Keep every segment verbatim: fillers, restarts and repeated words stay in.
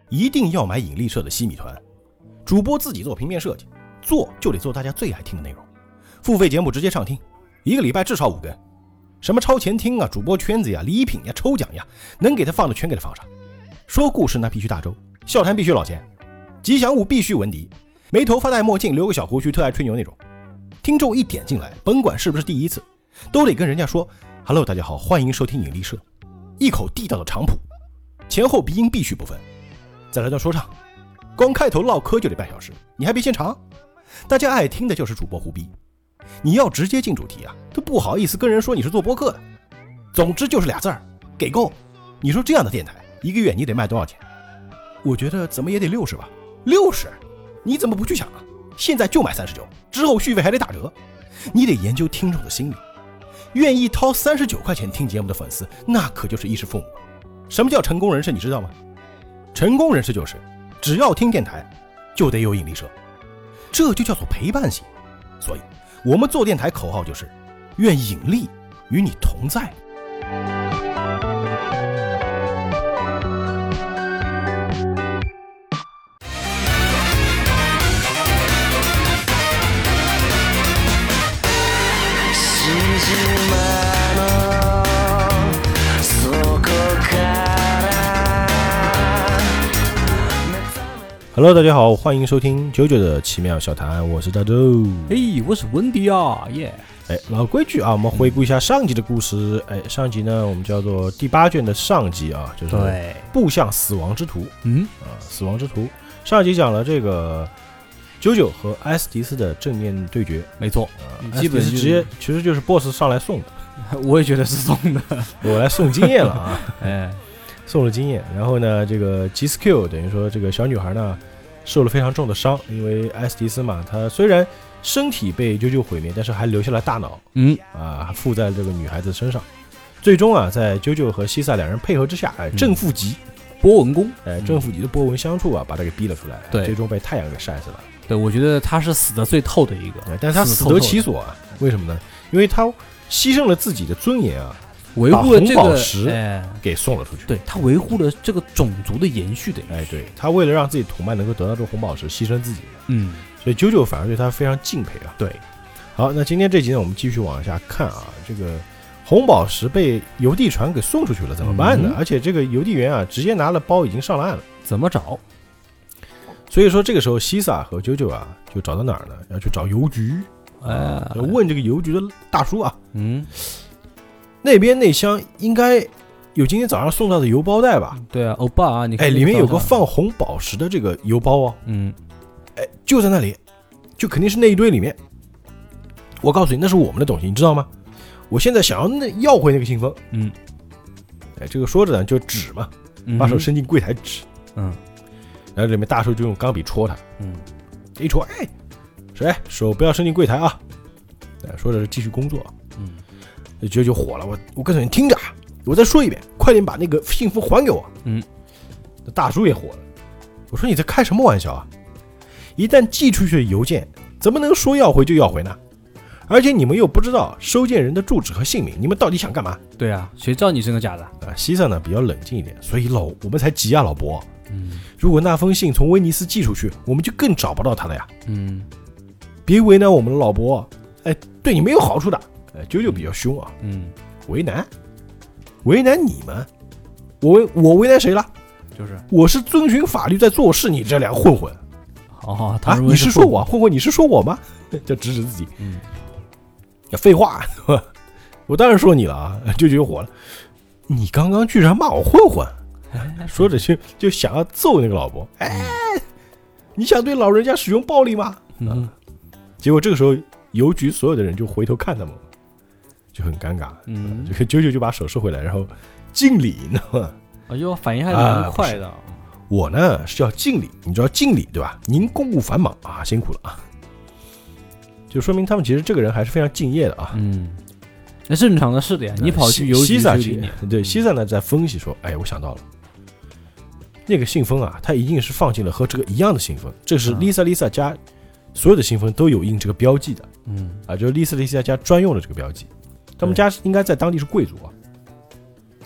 一定要买引力社的西米团。主播自己做平面设计，做就得做大家最爱听的内容。付费节目直接畅听，一个礼拜至少五更。什么超前听啊，主播圈子呀，礼品呀，抽奖呀，能给他放的全给他放上。说故事那必须大周，笑谈必须老钱，吉祥物必须文迪，没头发戴墨镜留个小胡须特爱吹牛那种。听众一点进来，甭管是不是第一次，都得跟人家说 Hello 大家好，欢迎收听引力社，一口地道的长谱，前后鼻音必须不分。再来段说唱，光开头唠嗑就得半小时，你还别嫌长。大家爱听的就是主播胡逼，你要直接进主题啊，都不好意思跟人说你是做播客的。总之就是俩字儿，给够。你说这样的电台一个月你得卖多少钱？我觉得怎么也得六十吧。六十？你怎么不去想啊？现在就买三十九，之后续费还得打折。你得研究听众的心理，愿意掏三十九块钱听节目的粉丝，那可就是衣食父母。什么叫成功人士你知道吗？成功人士就是只要听电台就得有引力社，这就叫做陪伴型。所以我们做电台口号就是愿引力与你同在。Hello， 大家好，欢迎收听九九的奇妙小谈，我是大周。 嘿，我是温迪啊，耶！ 哎，老规矩啊，我们回顾一下上集的故事。哎，上集呢，我们叫做第八卷的上集啊，就是步向死亡之途。嗯啊，死亡之途。上集讲了这个九九和埃斯迪斯的正面对决， 没错， 啊、基本是直接其实就是 boss 上来送的。 我也觉得是送的， 我来送经验了啊，哎，送了经验。然后呢，这个 G S Q 等于说这个小女孩呢受了非常重的伤，因为埃斯迪斯嘛，她虽然身体被啾啾毁灭，但是还留下了大脑，嗯啊，附在这个女孩子身上。最终啊，在啾啾和西萨两人配合之下，哎，正负极波纹功， 哎，正负极的波纹相触啊，把他给逼了出来， 对， 最终被太阳给晒死了。 对，我觉得他是死得最透的一个， 但是他死得其所啊，为什么呢？因为他牺牲了自己的尊严啊， 维护了这个红宝石给送了出去。 对，他维护了这个种族的延续的。 哎，对，他为了让自己同伴能够得到这个红宝石，牺牲自己。 嗯， 所以啾啾反而对他非常敬佩啊。 对， 好，那今天这集呢，我们继续往下看啊。这个红宝石被邮递船给送出去了，怎么办呢？嗯、而且这个邮递员啊，直接拿了包已经上了岸了， 怎么找？ 所以说这个时候，西萨和啾啾啊，就找到哪儿呢？要去找邮局。哎，要问这个邮局的大叔啊，嗯，那边那箱应该有今天早上送到的邮包袋吧？ 对啊，欧巴啊，你看， 哎，里面有个放红宝石的这个邮包哦，嗯，哎，就在那里，就肯定是那一堆里面。我告诉你，那是我们的东西，你知道吗？我现在想要那要回那个信封，嗯，哎，这个说着呢就指嘛，把手伸进柜台指，嗯，然后里面大叔就用钢笔戳他，嗯，一戳，哎。谁手不要伸进柜台啊！说的是继续工作，嗯，就就火了。我我告诉你，听着，我再说一遍，快点把那个信封还给我。嗯，大叔也火了。我说你在开什么玩笑啊？一旦寄出去的邮件，怎么能说要回就要回呢？而且你们又不知道收件人的住址和姓名，你们到底想干嘛？ 对啊，谁知道你真的假的？ 啊，西萨呢比较冷静一点，所以老我们才急啊，老伯。嗯，如果那封信从威尼斯寄出去，我们就更找不到他了呀。嗯。别为难我们的老伯，哎，对你没有好处的。哎，啾啾比较凶啊，嗯，为难，为难你们，我为我为难谁了？ 就是我是遵循法律在做事，你这两个混混。 哦，他啊，你是说我混混？你是说我吗？就指指自己，嗯，废话，我当然说你了啊！啾啾火了，你刚刚居然骂我混混，说着就就想要揍那个老伯。哎，你想对老人家使用暴力吗？嗯。结果这个时候，邮局所有的人就回头看他们，就很尴尬。嗯，这个啾啾就把手收回来，然后敬礼，你知道吗？ 哎呦，反应还蛮快的。 啊、我呢是要敬礼，你知道敬礼对吧？您公务繁忙啊，辛苦了啊。就说明他们其实这个人还是非常敬业的啊。 嗯，那正常的是的呀。你跑去邮局西萨去，对，西萨呢在分析说，哎，我想到了，那个信封啊，他一定是放进了和这个一样的信封，这是 Lisa Lisa 家。所有的信封都有印这个标记的，嗯啊，就是丽丝丽西家专用的这个标记，他们家应该在当地是贵族啊。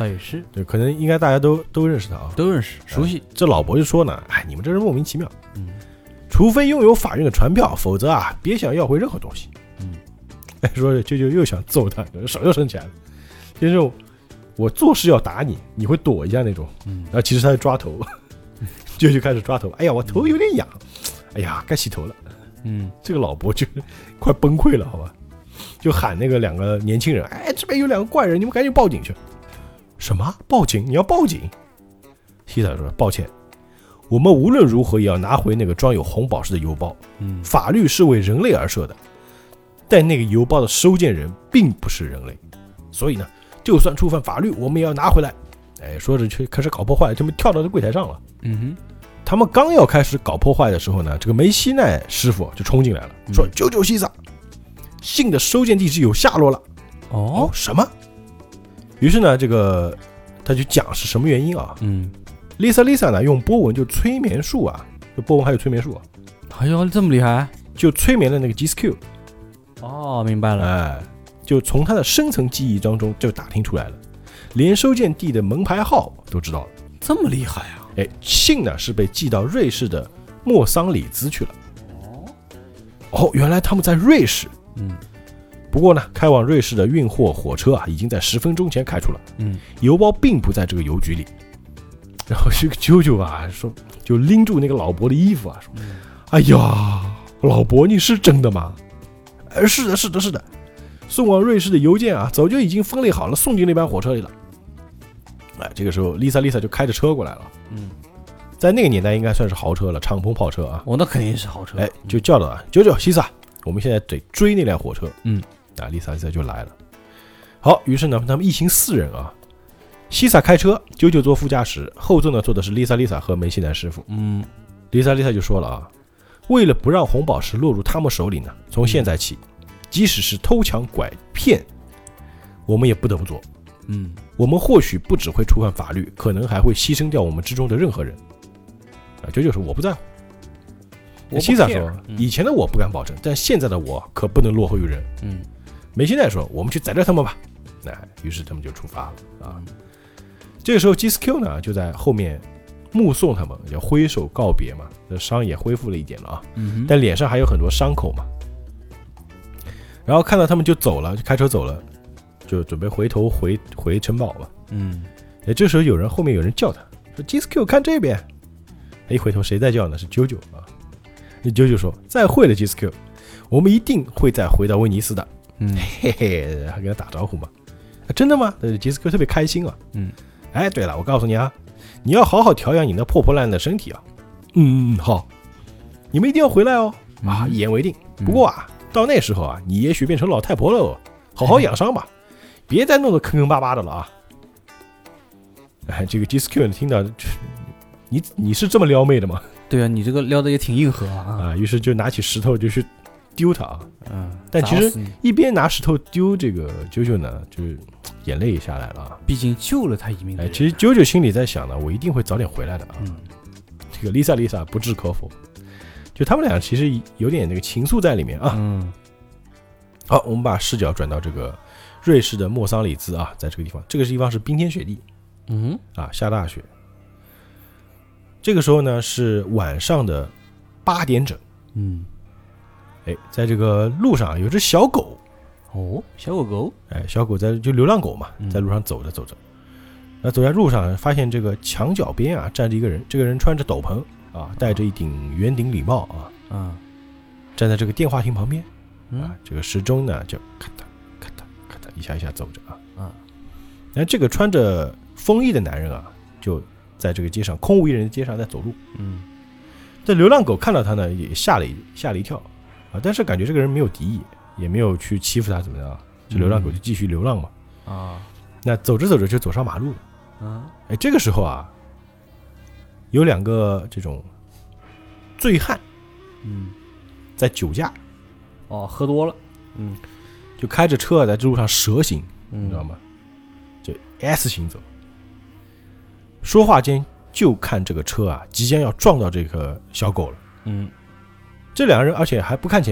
倒也是， 对，可能应该大家都都认识他啊， 都认识，熟悉。 这老伯就说呢，哎，你们这人莫名其妙， 嗯， 除非拥有法院的传票，否则啊，别想要回任何东西。 嗯， 哎，说舅舅又想揍他，手又伸起来了，就是我做事要打你，你会躲一下那种。 嗯， 然后其实他在抓头，舅舅开始抓头，哎呀，我头有点痒，哎呀，该洗头了。 嗯， 这个老伯就快崩溃了，好吧，就喊那个两个年轻人，哎，这边有两个怪人，你们赶紧报警去。什么？报警？你要报警？西塔说，抱歉，我们无论如何也要拿回那个装有红宝石的邮包。 嗯， 法律是为人类而设的，但那个邮包的收件人并不是人类，所以呢，就算触犯法律，我们也要拿回来。哎，说着却开始搞破坏，他们跳到这柜台上了。 嗯哼， 他们刚要开始搞破坏的时候呢，这个梅西奈师傅就冲进来了，说：“救救西萨，信的收件地址有下落了。” 哦， 什么？于是呢，这个他就讲是什么原因啊？ 嗯 ，Lisa Lisa 呢用波纹就催眠术啊，就波纹还有催眠术啊， 哎呦，这么厉害， 就催眠了那个 G S Q。 哦，明白了， 哎，就从他的深层记忆当中就打听出来了，连收件地的门牌号都知道了。 这么厉害啊！ 哎，信呢是被寄到瑞士的莫桑里兹去了。哦，原来他们在瑞士。 嗯， 不过呢，开往瑞士的运货火车啊，已经在十分钟前开出了。 嗯， 邮包并不在这个邮局里。然后这个啾啾啊说，就拎住那个老伯的衣服啊，说：“哎呀，老伯，你是真的吗？”呃，是的，是的，是的。送往瑞士的邮件啊，早就已经分类好了，送进那班火车里了。哎，这个时候，Lisa Lisa 就开着车过来了。 嗯， 在那个年代应该算是豪车了，敞篷跑车啊。 哦，那肯定是豪车。 哎，就叫了啊，九九西萨，我们现在得追那辆火车。 嗯， 啊，Lisa Lisa 就来了。好，于是呢，他们一行四人啊，西萨开车，九九坐副驾驶，后座呢坐的是 Lisa Lisa 和梅西南师傅。 嗯 ，Lisa Lisa 就说了啊，为了不让红宝石落入他们手里呢，从现在起，即使是偷抢拐骗，我们也不得不做。 嗯， 我们或许不只会触犯法律，可能还会牺牲掉我们之中的任何人。啊，这就是我不在乎。西萨说，以前的我不敢保证，但现在的我可不能落后于人。 嗯， 梅西奈说，我们去宰掉他们吧。那于是他们就出发了啊。这个时候 G S Q 呢就在后面目送他们，要挥手告别嘛，那伤也恢复了一点了啊， 嗯， 但脸上还有很多伤口嘛。然后看到他们就走了，就开车走了，就准备回头回回城堡嘛。 嗯， 哎，这时候有人后面有人叫他说 G S Q 看这边。一回头谁在叫呢？是啾啾啊。那啾啾说，再会了 G S Q， 我们一定会再回到威尼斯的。 嗯， 嘿嘿，还跟他打招呼嘛。啊，真的吗？G S Q 特别开心啊。 嗯， 哎，对了，我告诉你啊，你要好好调养你那破破烂烂的身体啊。嗯，好，你们一定要回来哦。啊，一言为定。不过啊，到那时候啊，你也许变成老太婆了哦，好好养伤吧，别再弄得坑坑巴巴的了啊。哎，这个 G S Q 听到，你你是这么撩妹的吗？ 对啊，你这个撩的也挺硬核啊。 啊，于是就拿起石头就去丢他啊。 嗯， 但其实一边拿石头丢这个啾啾呢，就是眼泪也下来了啊。 毕竟救了他一命。 哎，其实啾啾心里在想呢，我一定会早点回来的啊。 嗯， 这个 Lisa Lisa 不置可否，就他们俩其实有点那个情愫在里面啊。 嗯， 好，我们把视角转到这个瑞士的莫桑里兹啊，在这个地方，这个地方是冰天雪地， 嗯啊，下大雪。这个时候呢是晚上的八点整。 嗯， 哎，在这个路上有只小狗。 哦，小狗狗。 哎，小狗在就流浪狗嘛，在路上走着走着，那走在路上发现这个墙角边啊站着一个人，这个人穿着斗篷啊，戴着一顶圆顶礼帽啊， 嗯， 站在这个电话亭旁边。 嗯， 啊，这个时钟呢就咔嗒咔嗒咔嗒一下一下走着啊。 啊， 然后这个穿着风衣的男人啊，就在这个街上空无一人的街上在走路。 嗯， 这流浪狗看到他呢，也吓了一吓了一跳啊，但是感觉这个人没有敌意，也没有去欺负他怎么样，这流浪狗就继续流浪嘛。 啊， 那走着走着就走上马路了。 嗯， 哎，这个时候啊，有两个这种醉汉， 嗯， 在酒驾。 哦，喝多了。嗯， 就开着车在这路上蛇行， 嗯， 你知道吗？就 S 型走。说话间就看这个车啊，即将要撞到这个小狗了。 嗯， 这两个人而且还不看前面，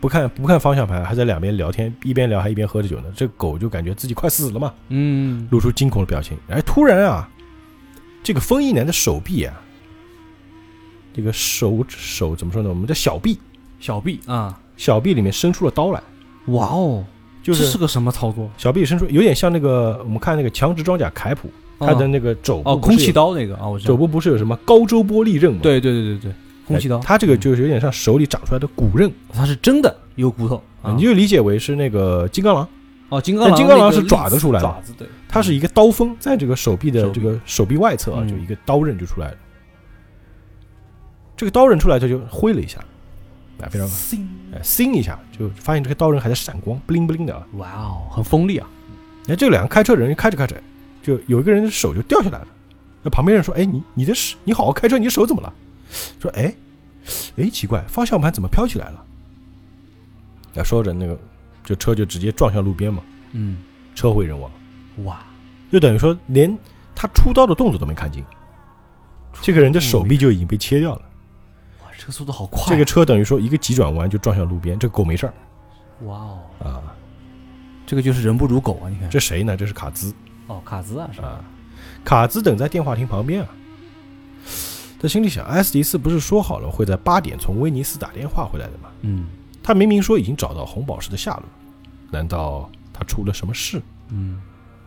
不看不看方向盘，还在两边聊天，一边聊还一边喝着酒呢。这个狗就感觉自己快死了嘛， 嗯， 露出惊恐的表情。哎，突然啊，这个风衣男的手臂啊，这个手手怎么说呢？我们叫小臂， 小臂啊， 小臂里面伸出了刀来。 哇哦， 就是这是个什么操作？ 小臂伸出，有点像那个我们看那个强直装甲凯普，它的那个肘部哦，空气刀那个啊，我知道。 肘部不是有什么高周波利刃吗？ 对对对对对，空气刀。 它这个就是有点像手里长出来的骨刃， 它是真的有骨头，啊、 你就理解为是那个金刚狼。 哦，金刚狼， 金刚狼是爪子出来的， 爪子对， 它是一个刀锋在这个手臂的这个手臂外侧啊， 嗯、 就一个刀刃就出来了。这个刀刃出来，它就挥了一下，哎，非常哎，星一下就发现这个刀刃还在闪光，不灵不灵的啊！ 哇哦，很锋利啊！ 哎，这两个开车人开着开着，就有一个人的手就掉下来了。那旁边人说：“哎，你你的手，你好好开车，你的手怎么了？”说：“哎，哎，奇怪，方向盘怎么飘起来了？”要说着那个。就车就直接撞向路边嘛， 嗯， 车毁人亡， 哇， 就等于说连他出刀的动作都没看见，这个人的手臂就已经被切掉了。 哇，这个速度好快、啊！ 这个车等于说一个急转弯就撞向路边，这个狗没事儿。 哇哦， 啊， 这个就是人不如狗啊！你看， 这谁呢？这是卡兹。 哦，卡兹啊，是吧？ 啊，卡兹等在电话亭旁边啊，他心里想 ：S D 四不是说好了会在八点从威尼斯打电话回来的吗？ 嗯。 他明明说已经找到红宝石的下落，难道他出了什么事？ 嗯，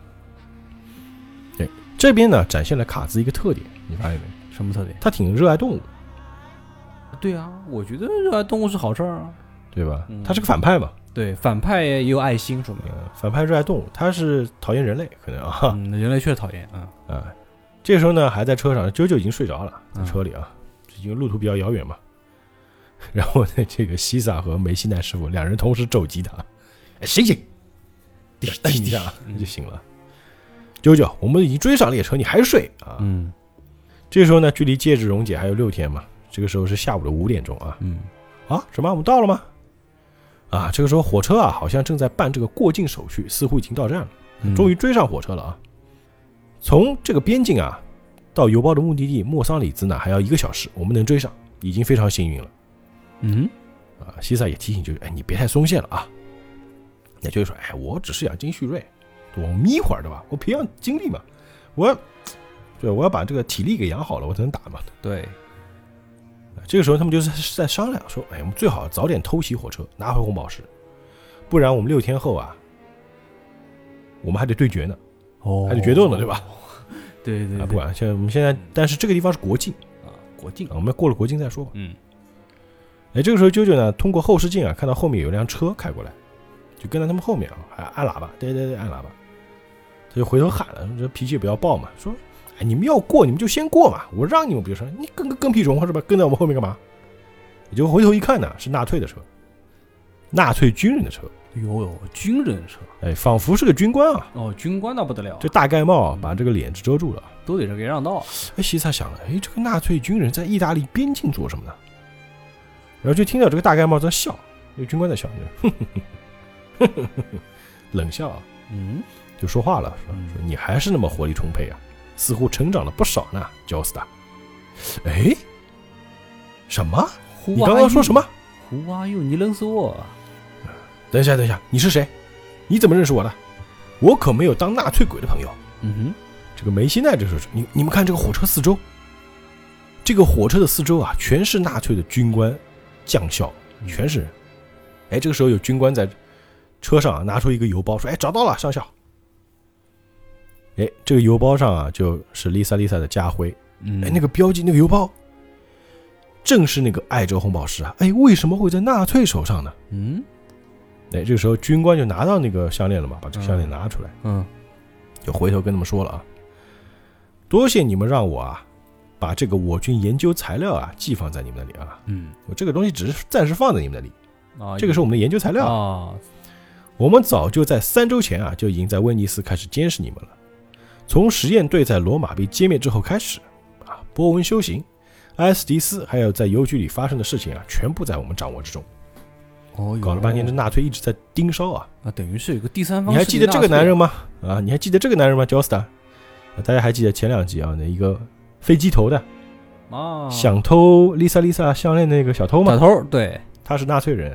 对，这边呢展现了卡兹一个特点，你发现没？ 什么特点？ 他挺热爱动物。 对啊，我觉得热爱动物是好事啊， 对吧？ 嗯、 他是个反派嘛。 对，反派也有爱心，说明、 呃、反派热爱动物，他是讨厌人类，可能啊。 嗯，人类确实讨厌啊。 啊，这个时候呢，还在车上，啾啾已经睡着了，在车里啊， 嗯、 因为路途比较遥远嘛。然后呢，这个西萨和梅西奈师傅两人同时肘击他，哎，醒醒，蹬一下就醒了。啾啾，我们已经追上列车，你还睡啊？ 嗯。 这个时候呢，距离戒指溶解还有六天嘛。这个时候是下午的五点钟啊。 嗯。 啊，什么？我们到了吗？啊，这个时候火车啊，好像正在办这个过境手续，似乎已经到站了， 嗯、 终于追上火车了啊。从这个边境啊到邮包的目的地莫桑里兹呢，还要一个小时，我们能追上，已经非常幸运了。 嗯， 啊，西萨也提醒，就是哎，你别太松懈了啊。也就是说，哎，我只是养精蓄锐，我眯会儿对吧？我培养精力嘛，我，对，我要把这个体力给养好了，我才能打嘛。 对。 这个时候他们就是在商量说，哎，我们最好早点偷袭火车，拿回红宝石，不然我们六天后啊，我们还得对决呢， 哦， 还得决斗呢，对吧？ 对对对、 啊，不管，现在我们现在，但是这个地方是国境啊，国境、 啊，我们过了国境再说吧。 嗯。 哎，这个时候啾啾呢，通过后视镜啊，看到后面有一辆车开过来，就跟在他们后面啊，还按喇叭，对对对，按喇叭。他就回头喊了，这脾气不要爆嘛，说，哎，你们要过，你们就先过嘛，我让你们，比如说你跟个跟屁虫是吧？跟在我们后面干嘛？也就回头一看呢，是纳粹的车，纳粹军人的车。 哟哟，军人车， 哎，仿佛是个军官啊。 哦，军官那不得了， 这大盖帽啊，把这个脸遮住了， 都得给让道。 哎，西萨想了，哎，这个纳粹军人在意大利边境做什么呢？然后就听到这个大盖帽在笑，那个军官在笑，就呵呵呵呵冷笑啊， 嗯， 就说话了，说说你还是那么活力充沛啊，似乎成长了不少呢，焦斯达。哎，什么？你刚刚说什么？ 胡阿佑，你认识我？ 等一下，等一下，你是谁？你怎么认识我的？我可没有当纳粹鬼的朋友。 嗯哼，这个梅西奈这时候说，你你们看这个火车四周，这个火车的四周啊，全是纳粹的军官。将校全是人，哎，这个时候有军官在车上啊拿出一个邮包，说：“哎，找到了，上校。”哎，这个邮包上啊就是丽萨丽萨的家徽， 嗯， 哎，那个标记那个邮包正是那个爱哲红宝石啊，哎，为什么会在纳粹手上呢？ 嗯， 哎，这个时候军官就拿到那个项链了嘛，把这个项链拿出来， 嗯， 就回头跟他们说了啊，多谢你们让我啊。把这个我军研究材料啊寄放在你们那里啊， 嗯， 我这个东西只是暂时放在你们那里啊， 这个是我们的研究材料啊， 我们早就在三周前啊就已经在威尼斯开始监视你们了，从实验队在罗马被歼灭之后开始啊，波纹修行、埃斯迪斯还有在邮局里发生的事情啊，全部在我们掌握之中。 哦， 搞了半天，这纳粹一直在盯梢啊， 啊，等于是有个第三方。 你还记得这个男人吗？啊，你还记得这个男人吗 ？Josta， 大家还记得前两集啊，那一个。飞机头的啊， 想偷丽萨丽萨项链的那个小偷吗？ 小偷，对， 他是纳粹人，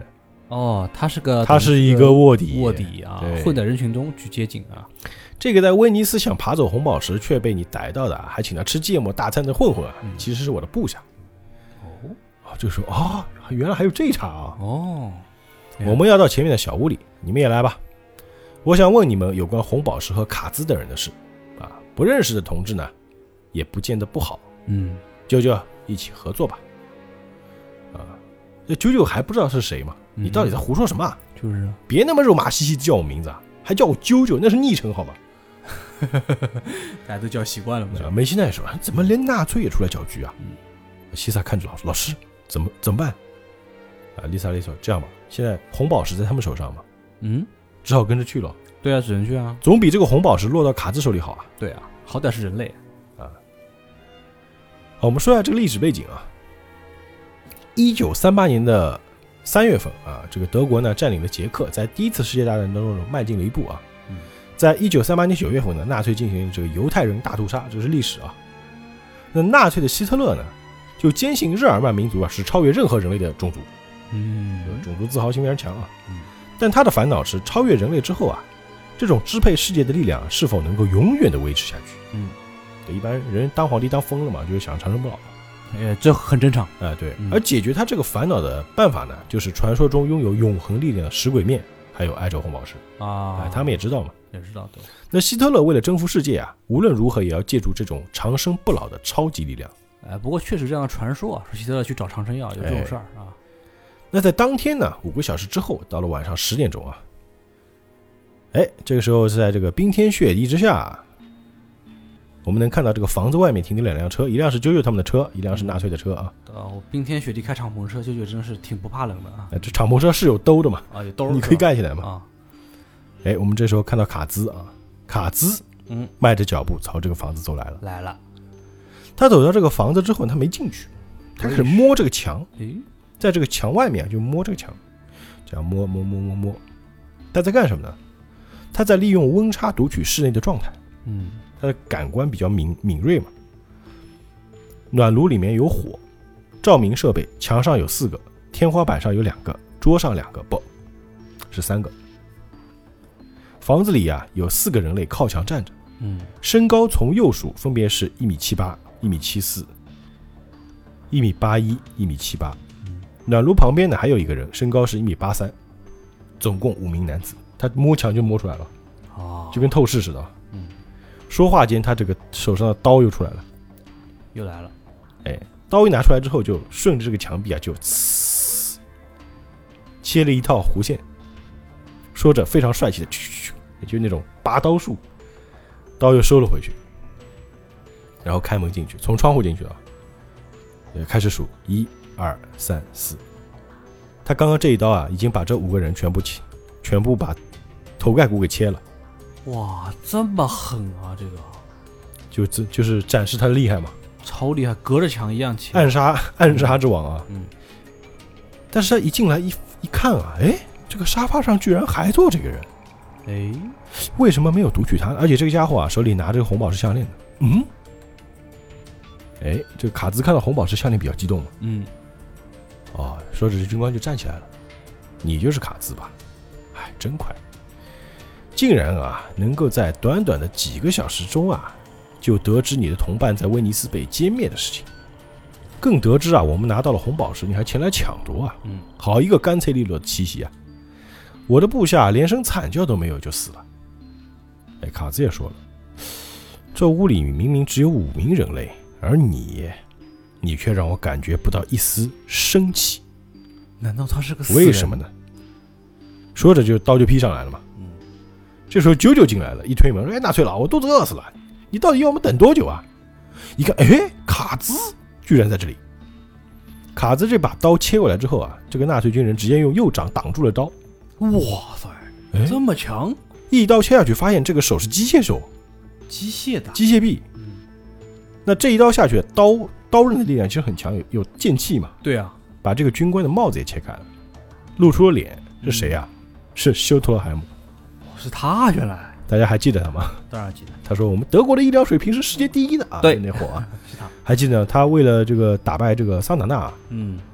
哦，他是个他是一个卧底， 卧底啊，混在人群中去接警啊。 这个在威尼斯想爬走红宝石却被你逮到的，还请他吃芥末大餐的混混啊，嗯、其实是我的部下。 哦， 啊，这个时候啊，原来还有这一茬啊。 哦， 我们要到前面的小屋里，你们也来吧。我想问你们有关红宝石和卡兹等人的事啊，不认识的同志呢，也不见得不好。 嗯， 舅舅一起合作吧。啊，这九九还不知道是谁吗？你到底在胡说什么、啊嗯？就是， 别那么肉麻兮兮叫我名字啊，还叫我啾啾，那是昵称好吧？ 大家都叫习惯了嘛。 梅西奈说：“怎么连纳粹也出来搅局啊？”嗯，西萨看着老师，老师怎么怎么办？啊，丽萨丽说：“这样吧，现在红宝石在他们手上嘛， 嗯， 只好跟着去了。 对啊，只能去啊， 总比这个红宝石落到卡兹手里好啊。 对啊，好歹是人类啊。好，我们说一下这个历史背景啊。一九三八年的三月份啊，这个德国呢占领了捷克，在第一次世界大战当中迈进了一步啊。 嗯， 在一九三八年九月份呢，纳粹进行这个犹太人大屠杀，这是历史啊。那纳粹的希特勒呢，就坚信日耳曼民族啊是超越任何人类的种族， 嗯， 种族自豪心非常强啊。 嗯， 但他的烦恼是超越人类之后啊，这种支配世界的力量是否能够永远的维持下去？ 嗯， 一般人当皇帝当疯了嘛，就是想长生不老。 哎，这很正常啊、呃，对、 嗯。 而解决他这个烦恼的办法呢，就是传说中拥有永恒力量的食鬼面，还有埃宙红宝石啊、 呃，他们也知道嘛， 也知道。对。 那希特勒为了征服世界啊，无论如何也要借助这种长生不老的超级力量。 哎，不过确实这样的传说啊，说希特勒去找长生药有这种事儿啊。 那在当天呢，五个小时之后，到了晚上十点钟啊，哎，这个时候是在这个冰天雪地之下，我们能看到这个房子外面停着两辆车，一辆是啾啾他们的车，一辆是纳粹的车啊。 哦，冰天雪地开敞篷车，啾啾真是挺不怕冷的啊。 哎，这敞篷车是有兜的嘛？ 啊，有兜， 你可以盖起来嘛。 啊。 哎，我们这时候看到卡兹啊，卡兹， 嗯， 迈着脚步朝这个房子走来了。 来了。 他走到这个房子之后，他没进去，他开始摸这个墙。 哎， 在这个墙外面就摸这个墙，这样摸摸摸摸摸。他在干什么呢？他在利用温差读取室内的状态。 嗯。 他的感官比较敏敏锐嘛，暖炉里面有火，照明设备墙上有四个，天花板上有两个，桌上两个，不是三个。房子里啊有四个人类靠墙站着， 嗯， 身高从右数分别是一米七八、一米七四、一米八一、一米七八。暖炉旁边呢还有一个人，身高是一米八三，总共五名男子。他摸墙就摸出来了， 哦， 就跟透视似的。 嗯。 说话间，他这个手上的刀又出来了， 又来了。 哎，刀一拿出来之后，就顺着这个墙壁啊，就呲切了一套弧线，说着非常帅气的，也就是那种拔刀术，刀又收了回去，然后开门进去，从窗户进去啊，开始数一二三四。他刚刚这一刀啊，已经把这五个人全部切，全部把头盖骨给切了。 哇，这么狠啊！这个就就就是展示他的厉害嘛， 超厉害，隔着墙一样切， 暗杀暗杀之王啊！ 嗯， 但是他一进来一一看啊，哎，这个沙发上居然还坐这个人， 哎， 为什么没有读取他？而且这个家伙啊，手里拿着个红宝石项链的，嗯，哎，这个卡兹看到红宝石项链比较激动嘛， 嗯， 哦，说着这军官就站起来了，你就是卡兹吧？哎，真快！竟然啊，能够在短短的几个小时中啊，就得知你的同伴在威尼斯被歼灭的事情，更得知啊，我们拿到了红宝石，你还前来抢夺啊！ 嗯， 好一个干脆利落的奇袭啊！我的部下连声惨叫都没有就死了。哎，卡兹也说了，这屋里明明只有五名人类，而你，你却让我感觉不到一丝生气。 难道他是个死人？ 为什么呢？说着就刀就劈上来了嘛。这时候九九进来了，一推门说：“哎，纳粹佬，我肚子饿死了，你到底要我们等多久啊？”一看，哎，卡兹居然在这里。卡兹这把刀切过来之后啊，这个纳粹军人直接用右掌挡住了刀。 哇塞，这么强！ 一刀切下去，发现这个手是机械手， 机械的， 机械臂。 嗯， 那这一刀下去，刀刀刃的力量其实很强，有有剑气嘛。 对啊， 把这个军官的帽子也切开了，露出了脸。是谁啊？嗯、是休特勒海姆。 是他，原来大家还记得他吗？ 当然记得。 他说我们德国的医疗水平是世界第一的啊。 对， 那会儿啊， 是他。 还记得他为了这个打败这个桑塔纳， 嗯，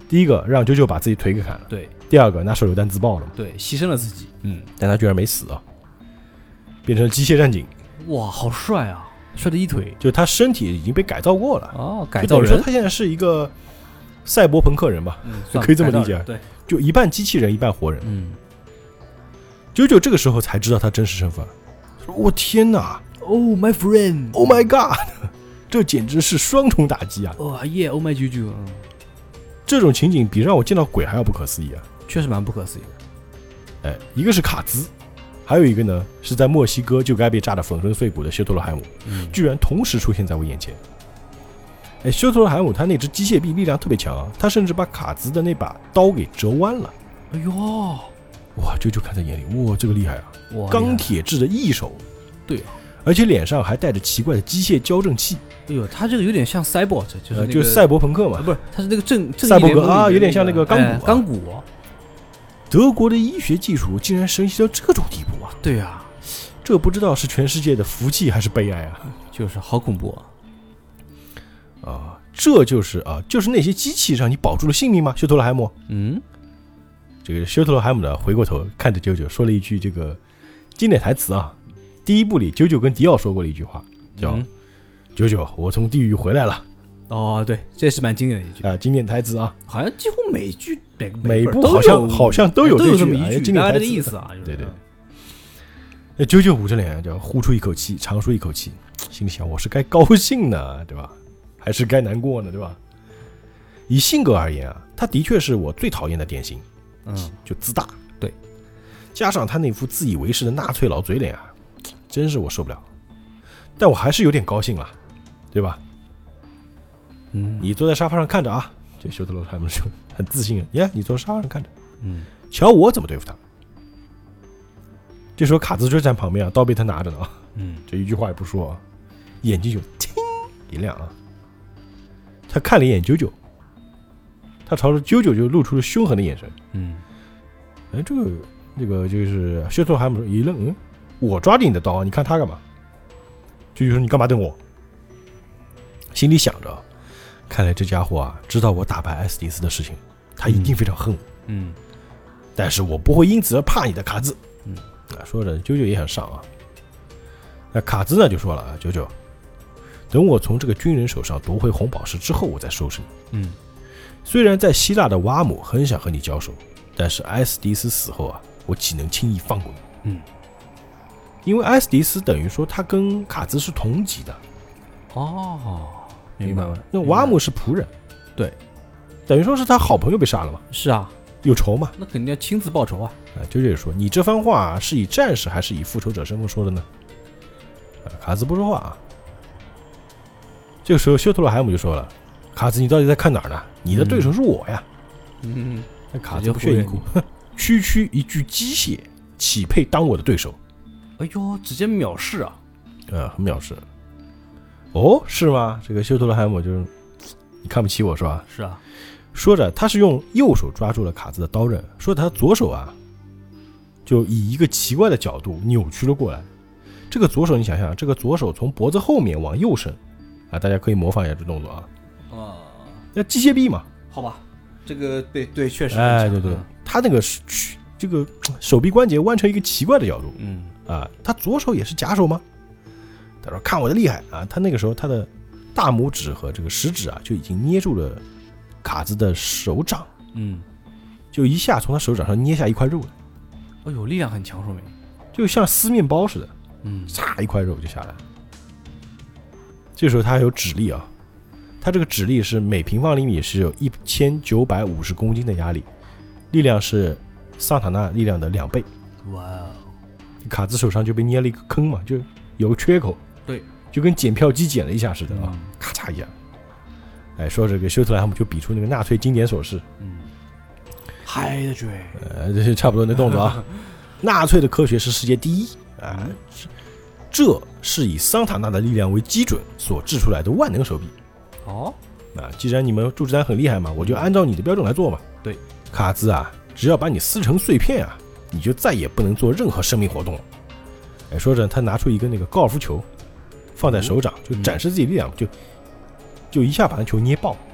第一个让啾啾把自己腿给砍了， 对， 第二个拿手榴弹自爆了嘛， 对，牺牲了自己。 嗯，但他居然没死啊，变成了机械战警。 哇，好帅啊，帅的一腿。 就他身体已经被改造过了， 哦，改造人。 说他现在是一个赛博朋克人吧， 嗯， 可以这么理解。 对， 就一半机器人，一半活人。 嗯， 啾啾这个时候才知道他真实身份，说我天哪 ，Oh my friend，Oh my god， 这简直是双重打击啊！ 哦耶 ，Oh my 啾啾，嗯， 这种情景比让我见到鬼还要不可思议啊！ 确实蛮不可思议的。 哎，一个是卡兹，还有一个呢是在墨西哥就该被炸得粉身碎骨的修特罗海姆， 嗯， 居然同时出现在我眼前。哎，修特罗海姆他那只机械臂力量特别强啊，他甚至把卡兹的那把刀给折弯了。 哎呦， 哇，啾啾看在眼里，哇，这个厉害啊！ 哇， 钢铁制的异手， 对， 而且脸上还带着奇怪的机械矫正器。 哎呦，他这个有点像 Cyborg， 就是那个、呃、 就是赛博朋克嘛， 不是，他是那个正正赛博格啊，有点像那个钢骨、啊哎、钢骨、啊。 德国的医学技术竟然神奇到这种地步啊！ 对啊， 这不知道是全世界的福气还是悲哀啊！ 就是好恐怖啊！啊，这就是啊，就是那些机器让你保住了性命吗？修特罗海姆？ 嗯， 这个修特罗海姆呢，回过头看着啾啾，说了一句这个经典台词啊。第一部里，啾啾跟迪奥说过了一句话，叫“嗯、啾啾，我从地狱回来了。” 哦，对，这是蛮经典的一句啊，经典台词啊， 好像几乎每句每每部好像好像都有这么一句， 经典台词的意思啊。 对对。那啾啾捂着脸，就呼出一口气，长舒一口气，心想：我是该高兴呢，对吧？还是该难过呢，对吧？以性格而言啊，他的确是我最讨厌的典型， 嗯， 就自大， 对， 加上他那副自以为是的纳粹老嘴脸啊，真是我受不了。但我还是有点高兴了，对吧？ 嗯， 你坐在沙发上看着啊，这修特罗他们说很自信，耶，你坐沙发上看着， 嗯， 瞧我怎么对付他。这时候卡兹就站旁边啊，刀被他拿着呢啊， 嗯， 这一句话也不说啊，眼睛就ting一亮啊。他看了一眼啾啾，他朝着啾啾就露出了凶狠的眼神。 嗯， 哎，这个这个就是修特罗海姆一愣，嗯，我抓着你的刀，你看他干嘛？啾啾说你干嘛瞪我？心里想着，看来这家伙啊知道我打败艾斯蒂斯的事情，他一定非常恨我。 嗯， 但是我不会因此而怕你的，卡兹。 嗯， 啊，说着啾啾也想上啊。那卡兹呢就说了啊，啾啾，等我从这个军人手上夺回红宝石之后，我再收拾你。 嗯， 虽然在希腊的瓦姆很想和你交手，但是埃斯迪斯死后啊，我岂能轻易放过你？ 嗯， 因为埃斯迪斯等于说他跟卡兹是同级的。 哦， 明白吗？那瓦姆是仆人， 对， 等于说是他好朋友被杀了嘛？ 是啊， 有仇嘛？ 那肯定要亲自报仇啊！ 啊，啾啾说，你这番话是以战士还是以复仇者身份说的呢？啊，卡兹不说话啊。这个时候，修特罗海姆就说了：“卡兹，你到底在看哪儿呢？你的对手是我呀！” 嗯， 那卡兹不屑一顾，哼，区区一具机械，岂配当我的对手？ 哎呦，直接藐视啊！ 呃，很藐视。哦，是吗？这个修特罗海姆就是你看不起我是吧？ 是啊。 说着，他是用右手抓住了卡兹的刀刃，说他左手啊，就以一个奇怪的角度扭曲了过来。这个左手，你想想，这个左手从脖子后面往右伸啊，大家可以模仿一下这动作啊。 啊， 那机械臂嘛， 好吧，这个对对，确实。 哎，对对，他那个这个手臂关节弯成一个奇怪的角度， 嗯啊，他左手也是假手吗？他说看我的厉害啊！他那个时候他的大拇指和这个食指啊，就已经捏住了卡兹的手掌， 嗯， 就一下从他手掌上捏下一块肉来。 哎呦，力量很强，说明就像撕面包似的， 嗯， 嚓一块肉就下来了。这时候他还有指力啊，他这个指力是每平方厘米是有一千九百五十公斤的压力，力量是桑塔纳力量的两倍。 哇哦！ 卡兹手上就被捏了一个坑嘛，就有个缺口。 对， 就跟检票机剪了一下似的啊， 嗯、 咔嚓一下。哎，说这个修特莱他们就比出那个纳粹经典手势， 嗯，嗨的追， 呃，这是差不多那动作啊。纳粹的科学是世界第一啊， 嗯、 这是以桑塔纳的力量为基准所制出来的万能手臂。 哦， 啊，既然你们祝之丹很厉害嘛，我就按照你的标准来做嘛。 对， 卡兹啊，只要把你撕成碎片啊，你就再也不能做任何生命活动了。哎，说着他拿出一个那个高尔夫球。放在手掌，就展示自己力量，就就一下把那球捏爆。 哦，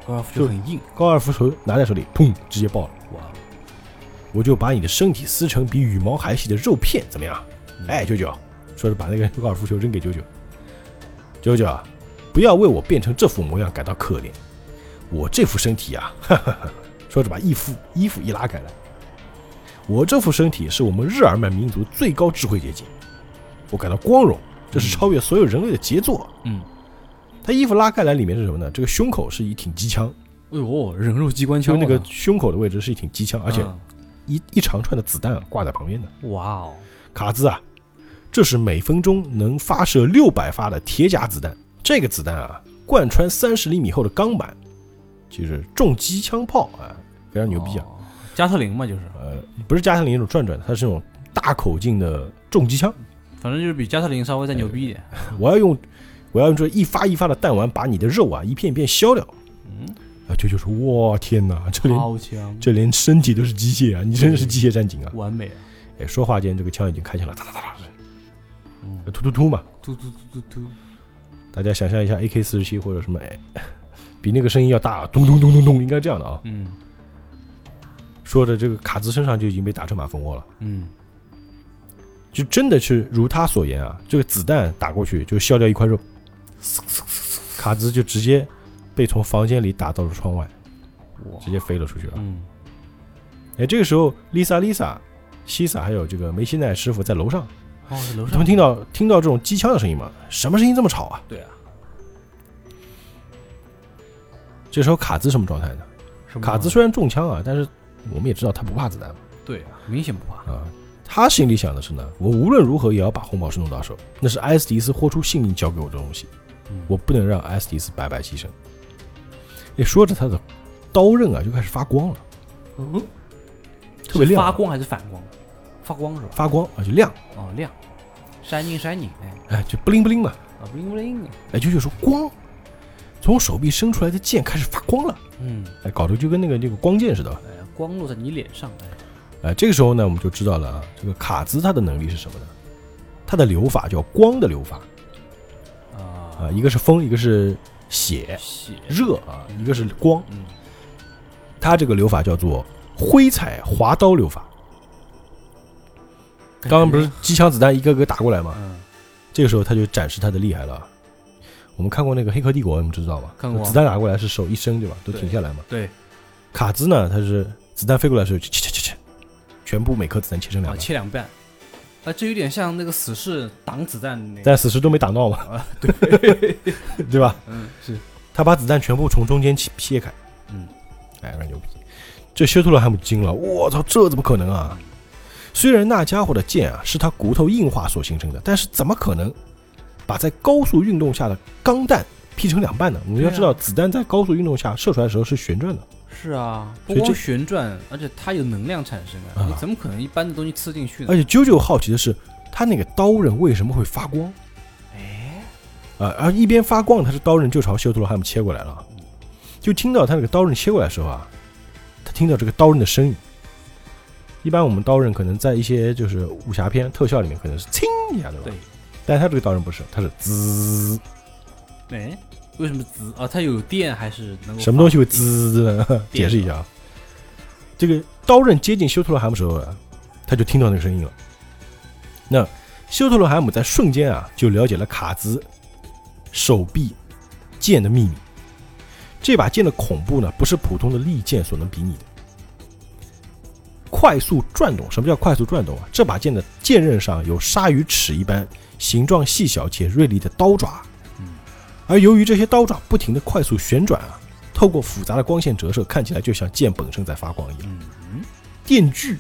高尔夫球很硬， 高尔夫球拿在手里，砰，直接爆了。 哇！ 我就把你的身体撕成比羽毛还细的肉片，怎么样？ 嗯、 哎，九九，说着把那个高尔夫球扔给九九。九九啊，不要为我变成这副模样感到可怜，我这副身体啊，哈哈哈，说着把衣服衣服一拉开来，我这副身体是我们日耳曼民族最高智慧结晶，我感到光荣，这是超越所有人类的杰作。 嗯， 他衣服拉开来，里面是什么呢？这个胸口是一挺机枪。 哎呦，人肉机关枪， 就那个胸口的位置是一挺机枪，而且一、嗯、一长串的子弹挂在旁边的。 哇哦， 卡兹啊，这是每分钟能发射六百发的铁甲子弹。这个子弹啊，贯穿三十厘米厚的钢板，就是重机枪炮啊，非常牛逼啊。 哦、加特林嘛，就是呃，不是加特林那种转转的，它是那种大口径的重机枪。 反正就是比加特林稍微再牛逼一点。 哎、我要用，我要用这一发一发的弹丸把你的肉啊一片一片削掉。 嗯。 啊，舅舅说：“哇，天哪，这连好强， 这连身体都是机械啊！你真的是机械战警啊， 完美啊！” 哎，说话间，这个枪已经开枪了，哒哒哒哒， 嗯， 突突突嘛， 突突突突突。 大家想象一下 A K 四十七或者什么，哎，比那个声音要大，咚咚咚咚咚，应该这样的啊。 嗯。 说着，这个卡兹身上就已经被打成马蜂窝了。 嗯。 就真的是如他所言啊，这个子弹打过去就削掉一块肉，卡兹就直接被从房间里打到了窗外，直接飞了出去了。 嗯， 哎，这个时候，Lisa、Lisa、西萨还有这个梅西奈师傅在楼上。 哦，在楼上。 他们听到听到这种机枪的声音吗？什么声音这么吵啊？ 对啊。 这时候卡兹什么状态呢？卡兹虽然中枪啊，但是我们也知道他不怕子弹。 对啊，明显不怕啊。他心里想的是呢，我无论如何也要把红宝石弄到手，那是埃斯迪斯豁出性命交给我的东西， 嗯、 我不能让埃斯迪斯白白牺牲。哎，说着他的刀刃啊就开始发光了， 嗯， 特别亮、啊。 发光还是反光？发光是吧？ 发光啊，就亮。 哦，亮，闪闪闪闪，哎， 哎，就不灵不灵嘛。 啊，不灵不灵。 哎，舅舅说光，从手臂伸出来的剑开始发光了。 嗯， 哎，搞得就跟那个那个光剑似的。 哎，光落在你脸上，哎。 哎，这个时候呢，我们就知道了啊，这个卡兹他的能力是什么呢？他的流法叫光的流法，啊，一个是风，一个是血， 血热啊，一个是光。 嗯， 他这个流法叫做挥彩滑刀流法。刚刚不是机枪子弹一个个打过来吗？ 嗯， 这个时候他就展示他的厉害了。我们看过那个《黑客帝国》，你们知道吗？ 看过。 子弹打过来是手一伸，对吧？都停下来嘛。 对。 卡兹呢，他是子弹飞过来的时候，切切切切。全部每颗子弹切成两半、 啊，切两半，啊，这有点像那个死士挡子弹、那个， 但死士都没挡到嘛， 啊，对， 对吧？ 嗯，是， 他把子弹全部从中间切开， 嗯， 哎，很牛逼。这修特罗汉姆惊了，我操，这怎么可能啊？虽然那家伙的剑啊是他骨头硬化所形成的，但是怎么可能把在高速运动下的钢弹劈成两半呢？我们要知道，子弹在高速运动下射出来的时候是旋转的。 是啊，不光旋转，而且它有能量产生啊！你怎么可能一般的东西刺进去呢？ 而且啾啾好奇的是，他那个刀刃为什么会发光？ 哎， 啊，而一边发光，他是刀刃就朝修特罗汉姆切过来了，就听到他那个刀刃切过来的时候啊，他听到这个刀刃的声音。一般我们刀刃可能在一些就是武侠片特效里面可能是轻一下，对吧？ 对。 但是他这个刀刃不是，它是滋。 哎。为什么滋啊？它有电还是能够？ 什么东西会滋的？解释一下啊。这个刀刃接近修特罗海姆的时候啊，他就听到那个声音了。那修特罗海姆在瞬间啊，就了解了卡兹手臂剑的秘密。这把剑的恐怖呢，不是普通的利剑所能比拟的。快速转动，什么叫快速转动啊？这把剑的剑刃上有鲨鱼齿一般形状细小且锐利的刀爪。而由于这些刀爪不停的快速旋转啊，透过复杂的光线折射，看起来就像剑本身在发光一样。 嗯， 电锯，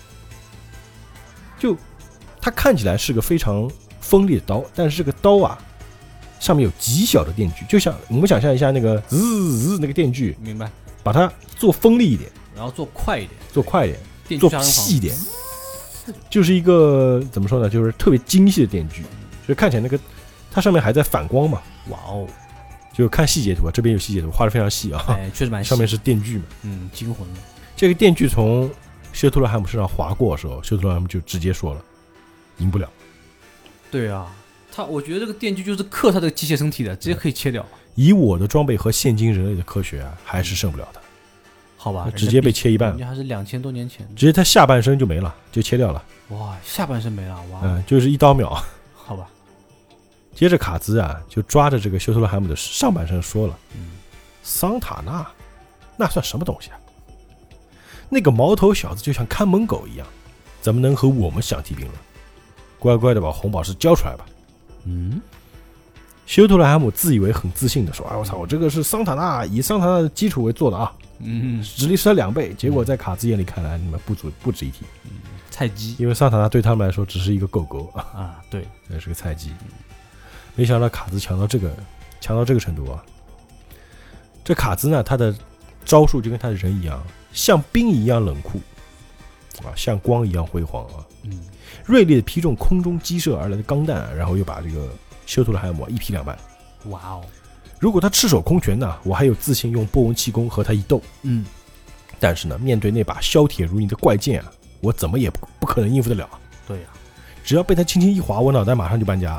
就它看起来是个非常锋利的刀，但是这个刀啊，上面有极小的电锯，就像我们想象一下那个滋滋那个电锯， 明白？ 把它做锋利一点， 然后做快一点， 做快一点，做细一点，就是一个怎么说呢？就是特别精细的电锯，就看起来那个它上面还在反光嘛。 哇哦！ 就看细节图啊，这边有细节图，画的非常细啊。 哎，确实蛮细。 上面是电锯嘛， 嗯，惊魂了。 这个电锯从修特罗汉姆身上划过的时候，修特罗汉姆就直接说了，赢不了。 对啊，他我觉得这个电锯就是克他的机械身体的，直接可以切掉。 以我的装备和现今人类的科学啊，还是胜不了的。 好吧， 直接被切一半， 人家还是两千多年前， 直接他下半身就没了，就切掉了。 哇，下半身没了，哇， 嗯，就是一刀秒。 好吧。 接着卡兹啊，就抓着这个休特勒海姆的上半身说了：“ 嗯， 桑塔纳，那算什么东西啊？那个毛头小子就像看门狗一样，怎么能和我们相提并论？乖乖的把红宝石交出来吧。” 嗯。 休特勒海姆自以为很自信的说：“哎，我操，我这个是桑塔纳以桑塔纳的基础为做的啊， 嗯， 实力是他两倍。”结果在卡兹眼里看来，你们不足不值一提， 嗯，菜鸡。因为桑塔纳对他们来说只是一个狗狗啊， 啊，对， 那是个菜鸡。没想到卡兹强到这个强到这个程度啊！这卡兹呢，他的招数就跟他的人一样，像冰一样冷酷啊，像光一样辉煌啊。 嗯， 锐利的劈中空中激射而来的钢弹，然后又把这个休特勒海姆一劈两半。 哇哦！ 如果他赤手空拳呢，我还有自信用波纹气功和他一斗。 嗯， 但是呢，面对那把削铁如泥的怪剑啊，我怎么也不不可能应付得了。 对呀、啊， 只要被他轻轻一划，我脑袋马上就搬家。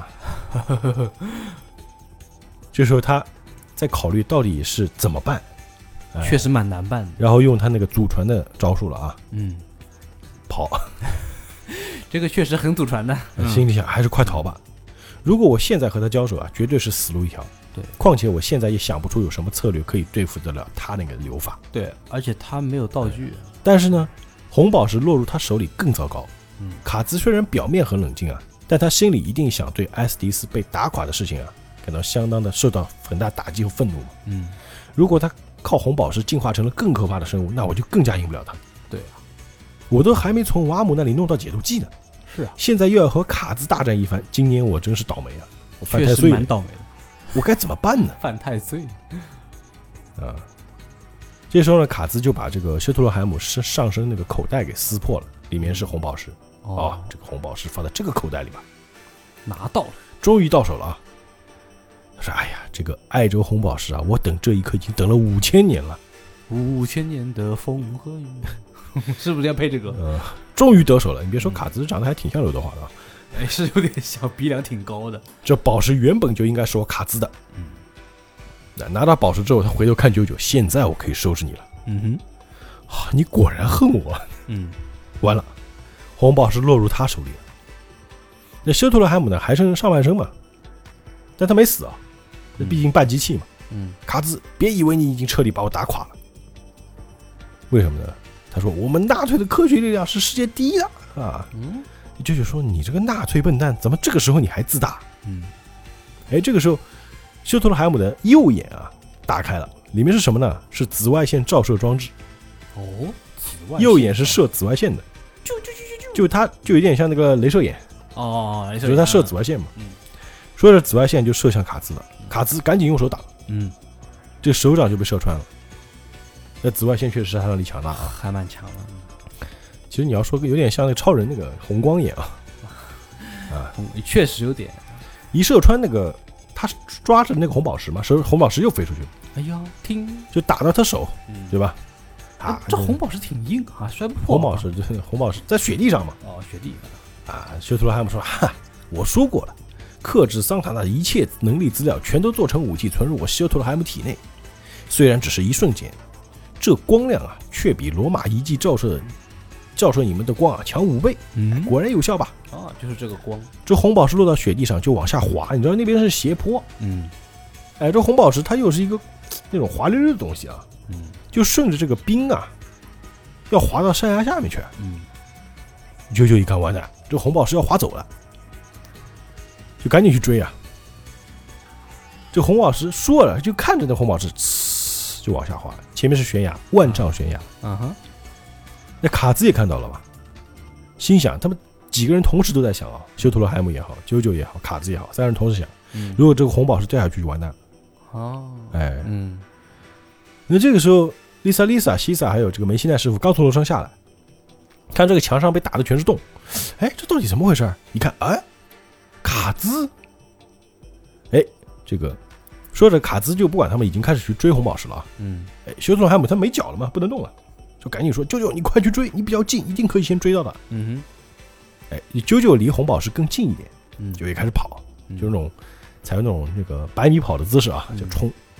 这时候他在考虑到底是怎么办， 确实蛮难办的。 然后用他那个祖传的招数了啊， 嗯， 跑。 这个确实很祖传的。 心里想，还是快逃吧。如果我现在和他交手啊，绝对是死路一条。 对， 况且我现在也想不出有什么策略可以对付得了他那个流法。 对，而且他没有道具。 但是呢，红宝石落入他手里更糟糕。 嗯， 卡兹虽然表面很冷静啊，但他心里一定想对埃斯迪斯被打垮的事情啊，感到相当的受到很大打击和愤怒嘛。 嗯， 如果他靠红宝石进化成了更可怕的生物，那我就更加赢不了他。 对啊， 我都还没从瓦姆那里弄到解毒剂呢。 是啊， 现在又要和卡兹大战一番，今年我真是倒霉啊！我犯太岁了， 蛮倒霉的。 我该怎么办呢？ 犯太岁啊！这时候呢，卡兹就把这个休特勒海姆上身那个口袋给撕破了，里面是红宝石。 哦， 哦，这个红宝石放在这个口袋里吧， 拿到了， 终于到手了啊！他说：“哎呀，这个爱州红宝石啊，我等这一刻已经等了五千年了。 五千年的风和雨，是不是要配这个？ 呃，终于得手了。你别说，卡兹长得还挺像刘德华的啊。 哎，是有点小，鼻梁挺高的。 这宝石原本就应该是我卡兹的。 嗯， 那拿到宝石之后，他回头看九九，现在我可以收拾你了。 嗯哼， 啊，你果然恨我。 嗯， 完了，红宝石落入他手里了。那休特勒海姆呢，还剩上半身嘛，但他没死啊，那毕竟半机器嘛。 嗯， 卡兹，别以为你已经彻底把我打垮了。为什么呢？他说我们纳粹的科学力量是世界第一的啊。 嗯。 舅舅说：“你这个纳粹笨蛋，怎么这个时候你还自大？” 嗯， 哎，这个时候，休特勒海姆的右眼啊打开了，里面是什么呢？是紫外线照射装置。 哦，紫外线， 右眼是射紫外线的， 就就就就就它就有点像那个镭射眼。 哦， 就是它射紫外线嘛。 嗯， 说着紫外线就射向卡兹了，卡兹赶紧用手挡。 嗯， 这手掌就被射穿了。那紫外线确实是他那里强大啊， 还蛮强的。 其实你要说有点像那个超人那个红光眼啊，啊， 确实有点。 一射穿那个，他抓着那个红宝石嘛，手红宝石又飞出去了。 哎呀，听就打到他手， 嗯、 对吧？啊， 这红宝石挺硬啊，摔不破。 红宝石就是红宝石在雪地上嘛。 哦，雪地。 啊，休特勒海姆说：“哈，我说过了，克制桑塔纳的一切能力资料全都做成武器，存入我休特勒海姆体内。虽然只是一瞬间，这光亮啊，却比罗马遗迹照射。”照射你们的光啊，强五倍， 嗯， 果然有效吧？ 啊，就是这个光。 这红宝石落到雪地上就往下滑，你知道那边是斜坡， 嗯， 哎，这红宝石它又是一个那种滑溜溜的东西啊， 嗯， 就顺着这个冰啊，要滑到山崖下面去， 嗯， 九九一看完蛋，这红宝石要滑走了，就赶紧去追啊。这红宝石说了，就看着那红宝石，呲就往下滑，前面是悬崖，万丈悬崖， 嗯哼。 那卡兹也看到了吧，心想他们几个人同时都在想啊，休特勒海姆也好，啾啾也好，卡兹也好，三人同时想， 嗯、 如果这个红宝石掉下去就完蛋了。 哦， 哎， 嗯， 那这个时候，丽莎、丽莎、西萨还有这个梅西奈师傅刚从楼上下来，看这个墙上被打的全是洞，哎，这到底怎么回事？一看，哎，卡兹，哎，这个说着卡兹就不管他们，已经开始去追红宝石了啊。 嗯， 哎，休特勒海姆他没脚了嘛，不能动了。就赶紧说，啾啾，你快去追，你比较近，一定可以先追到的。 嗯哼，哎，你啾啾离红宝石更近一点， 嗯， 就也开始跑， 嗯、 就是那种采用那种那个百米跑的姿势啊，就冲。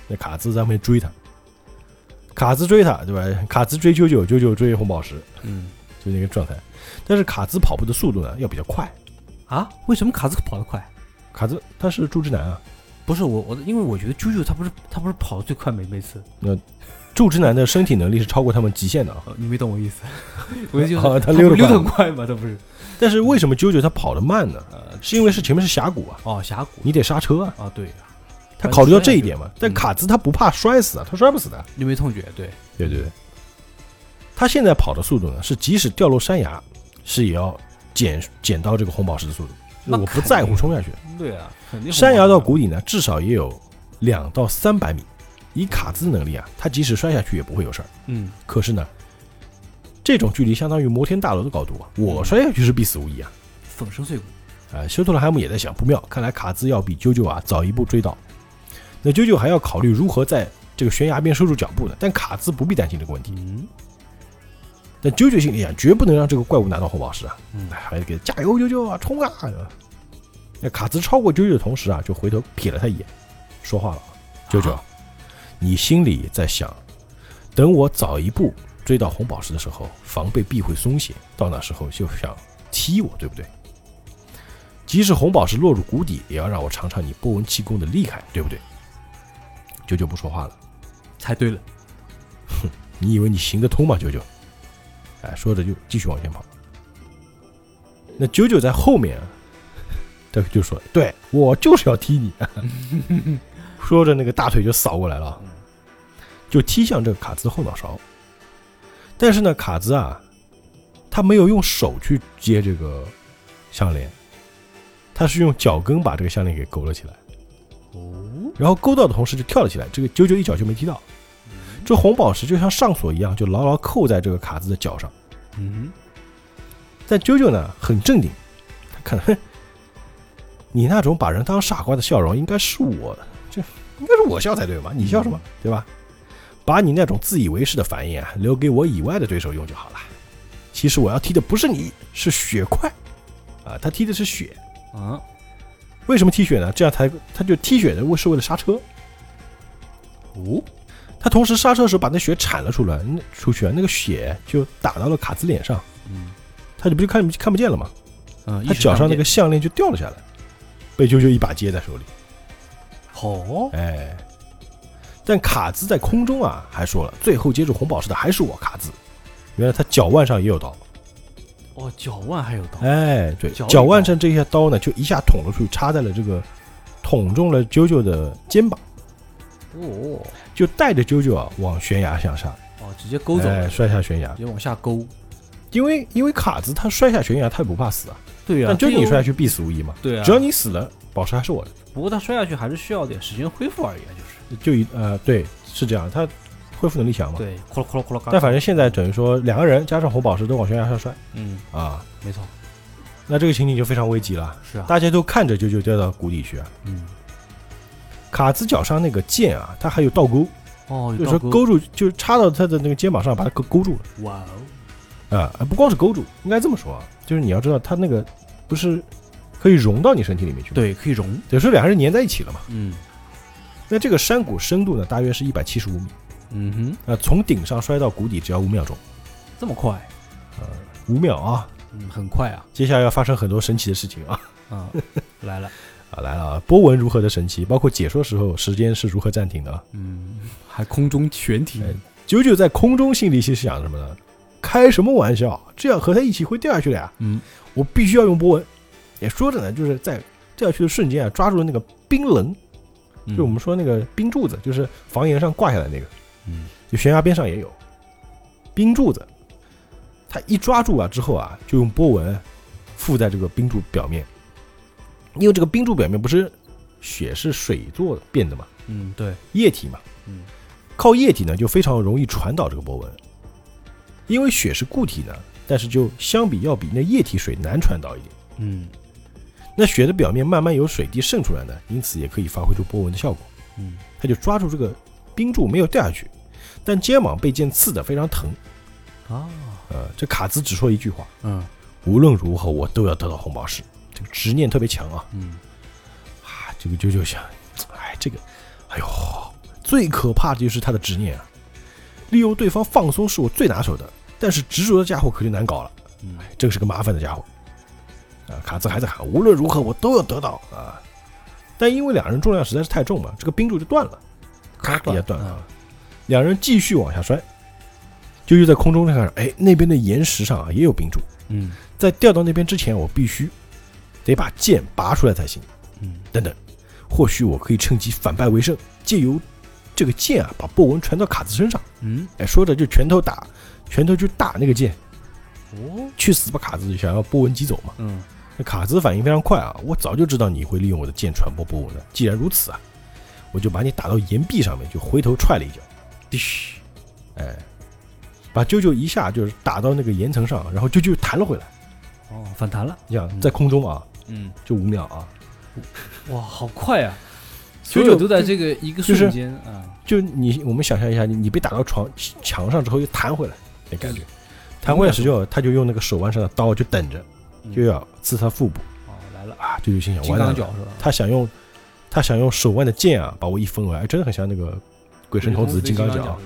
那卡兹在后面追他，卡兹追他，对吧？卡兹追啾啾，啾啾追红宝石， 嗯， 就那个状态。但是卡兹跑步的速度呢要比较快啊？为什么卡兹跑得快？ 卡兹他是柱之男啊， 不是我我因为我觉得啾啾他不是他不是跑得最快每每次。 那柱之男的身体能力是超过他们极限的啊！ 你没懂我意思，我就是、 哦、他溜得很快嘛，他不是。 但是为什么啾啾他跑得慢呢？呃，是因为是前面是峡谷啊。 哦，峡谷， 你得刹车啊。 啊，对。 他考虑到这一点嘛，但卡兹他不怕摔死啊，他摔不死的， 因为痛觉，对， 对对对。他现在跑的速度呢，是即使掉落山崖，是也要减减到这个红宝石的速度，我不在乎冲下去。 对啊，肯定。 山崖到谷底呢，至少也有两到三百米。以卡兹能力啊，他即使摔下去也不会有事儿。 嗯， 可是呢，这种距离相当于摩天大楼的高度啊，我摔下去是必死无疑啊， 粉身碎骨。 啊、呃，修特勒海姆也在想，不妙，看来卡兹要比啾啾啊早一步追到。那啾啾还要考虑如何在这个悬崖边收住脚步呢，但卡兹不必担心这个问题。 嗯， 但啾啾心里啊，绝不能让这个怪物拿到红宝石啊， 嗯， 还得给加油，啾啾啊，冲啊！那卡兹超过啾啾的同时啊，就回头瞥了他一眼，说话了：“啾啾，啊、你心里在想，等我早一步追到红宝石的时候，防备臂会松懈，到那时候就想踢我，对不对？即使红宝石落入谷底，也要让我尝尝你波纹气功的厉害，对不对？”啾啾不说话了， 猜对了。 哼，你以为你行得通吗，啾啾？哎，说着就继续往前跑。那啾啾在后面啊，他就说：“对我就是要踢你。”说着那个大腿就扫过来了，就踢向这个卡兹后脑勺。但是呢，卡兹啊，他没有用手去接这个项链，他是用脚跟把这个项链给勾了起来。 哦， 然后勾到的同时就跳了起来，这个啾啾一脚就没踢到。这红宝石就像上锁一样，就牢牢扣在这个卡兹的脚上。 嗯， 但啾啾呢很镇定，他看，哼，你那种把人当傻瓜的笑容，应该是我的，这应该是我笑才对吧？你笑什么？对吧？把你那种自以为是的反应啊，留给我以外的对手用就好了。其实我要踢的不是你，是血块啊，他踢的是血啊。 为什么踢血呢？这样才他就踢血的是为了刹车。 哦， 他同时刹车的时候把那血铲了出来，出去啊，那个血就打到了卡兹脸上， 嗯， 他就不就看看不见了吗？ 嗯， 他脚上那个项链就掉了下来，被啾啾一把接在手里。 哦， 哎，但卡兹在空中啊，还说了，最后接住红宝石的还是我卡兹。原来他脚腕上也有刀。 哦，脚腕还有刀。 哎，对，脚腕上这些刀呢，就一下捅了出去，插在了这个，捅中了啾啾的肩膀。 哦， 就带着啾啾啊往悬崖向下。 哦，直接勾走了， 哎，摔下悬崖， 直接往下勾。 因为因为卡兹他摔下悬崖，他也不怕死啊。 对啊， 但就你摔下去必死无疑嘛。 对啊， 只要你死了，宝石还是我的。 不过他摔下去还是需要点时间恢复而已啊，就是就一呃对是这样，他恢复能力强嘛。 对，咕噜咕噜咕噜。 但反正现在等于说两个人加上红宝石都往悬崖上摔。 嗯啊， 没错。 那这个情景就非常危急了。 是啊， 大家都看着啾啾掉到谷底去啊。 嗯。 卡兹脚上那个剑啊，它还有倒钩。 哦， 就是说勾住，就是插到他的那个肩膀上，把他勾勾住了。 哇哦！啊，不光是勾住，应该这么说啊，就是你要知道，他那个不是可以融到你身体里面去吗？ 对，可以融。 等于说两个人粘在一起了嘛。 嗯。 那这个山谷深度呢，大约是一百七十五米。 嗯哼。 啊，从顶上摔到谷底只要五秒钟。 这么快？ 呃，五秒啊。 嗯，很快啊。 接下来要发生很多神奇的事情啊。 啊，来了。 啊，来了啊！波纹如何的神奇，包括解说时候时间是如何暂停的啊？ 嗯，还空中悬停。 啾啾在空中心里是想什么呢？开什么玩笑？这样和他一起会掉下去的呀！ 嗯， 我必须要用波纹。也说着呢，就是在掉下去的瞬间啊，抓住了那个冰棱， 嗯、 就我们说那个冰柱子，就是房檐上挂下来那个， 嗯， 就悬崖边上也有冰柱子。他一抓住啊之后啊，就用波纹附在这个冰柱表面。因为这个冰柱表面不是血是水做的变的嘛， 嗯，对， 液体嘛， 嗯， 靠液体呢就非常容易传导这个波纹，因为血是固体呢，但是就相比要比那液体水难传导一点， 嗯， 那血的表面慢慢有水滴渗出来呢，因此也可以发挥出波纹的效果， 嗯， 他就抓住这个冰柱没有掉下去，但肩膀被剑刺得非常疼， 啊， 呃，这卡兹只说一句话， 嗯， 无论如何我都要得到红宝石。这个执念特别强啊， 嗯， 啊，这个啾啾想，哎，这个，哎呦， 最可怕的就是他的执念啊！利用对方放松是我最拿手的，但是执着的家伙可就难搞了。嗯，这个是个麻烦的家伙啊！卡兹还在喊，无论如何我都要得到啊！但因为两人重量实在是太重了，这个冰柱就断了，咔一下断了。两人继续往下摔，啾啾在空中看，哎，那边的岩石上啊也有冰柱。 嗯， 在掉到那边之前，我必须得把剑拔出来才行。 嗯， 等等，或许我可以趁机反败为胜，借由这个剑啊把波纹传到卡兹身上。 嗯， 哎，说着就拳头打，拳头就打那个剑。 哦， 去死吧，卡兹！想要波纹击走嘛。 嗯。 那卡兹反应非常快啊！我早就知道你会利用我的剑传播波纹的。既然如此啊，我就把你打到岩壁上面，就回头踹了一脚，滴嘘，哎，把啾啾一下就是打到那个岩层上，然后啾啾弹了回来。 哦，反弹了。 你想在空中啊， 嗯， 就五秒啊， 哇，好快啊！所有都在这个一个瞬间啊。 就你我们想象一下，你你被打到床墙上之后又弹回来，那感觉，弹回来时就他就用那个手腕上的刀就等着。就要刺他腹部。 哦，来了啊！啾啾心想， 金刚脚是吧？ 他想用，他想用手腕的剑啊，把我一分为，真的很像那个鬼神童子金刚脚。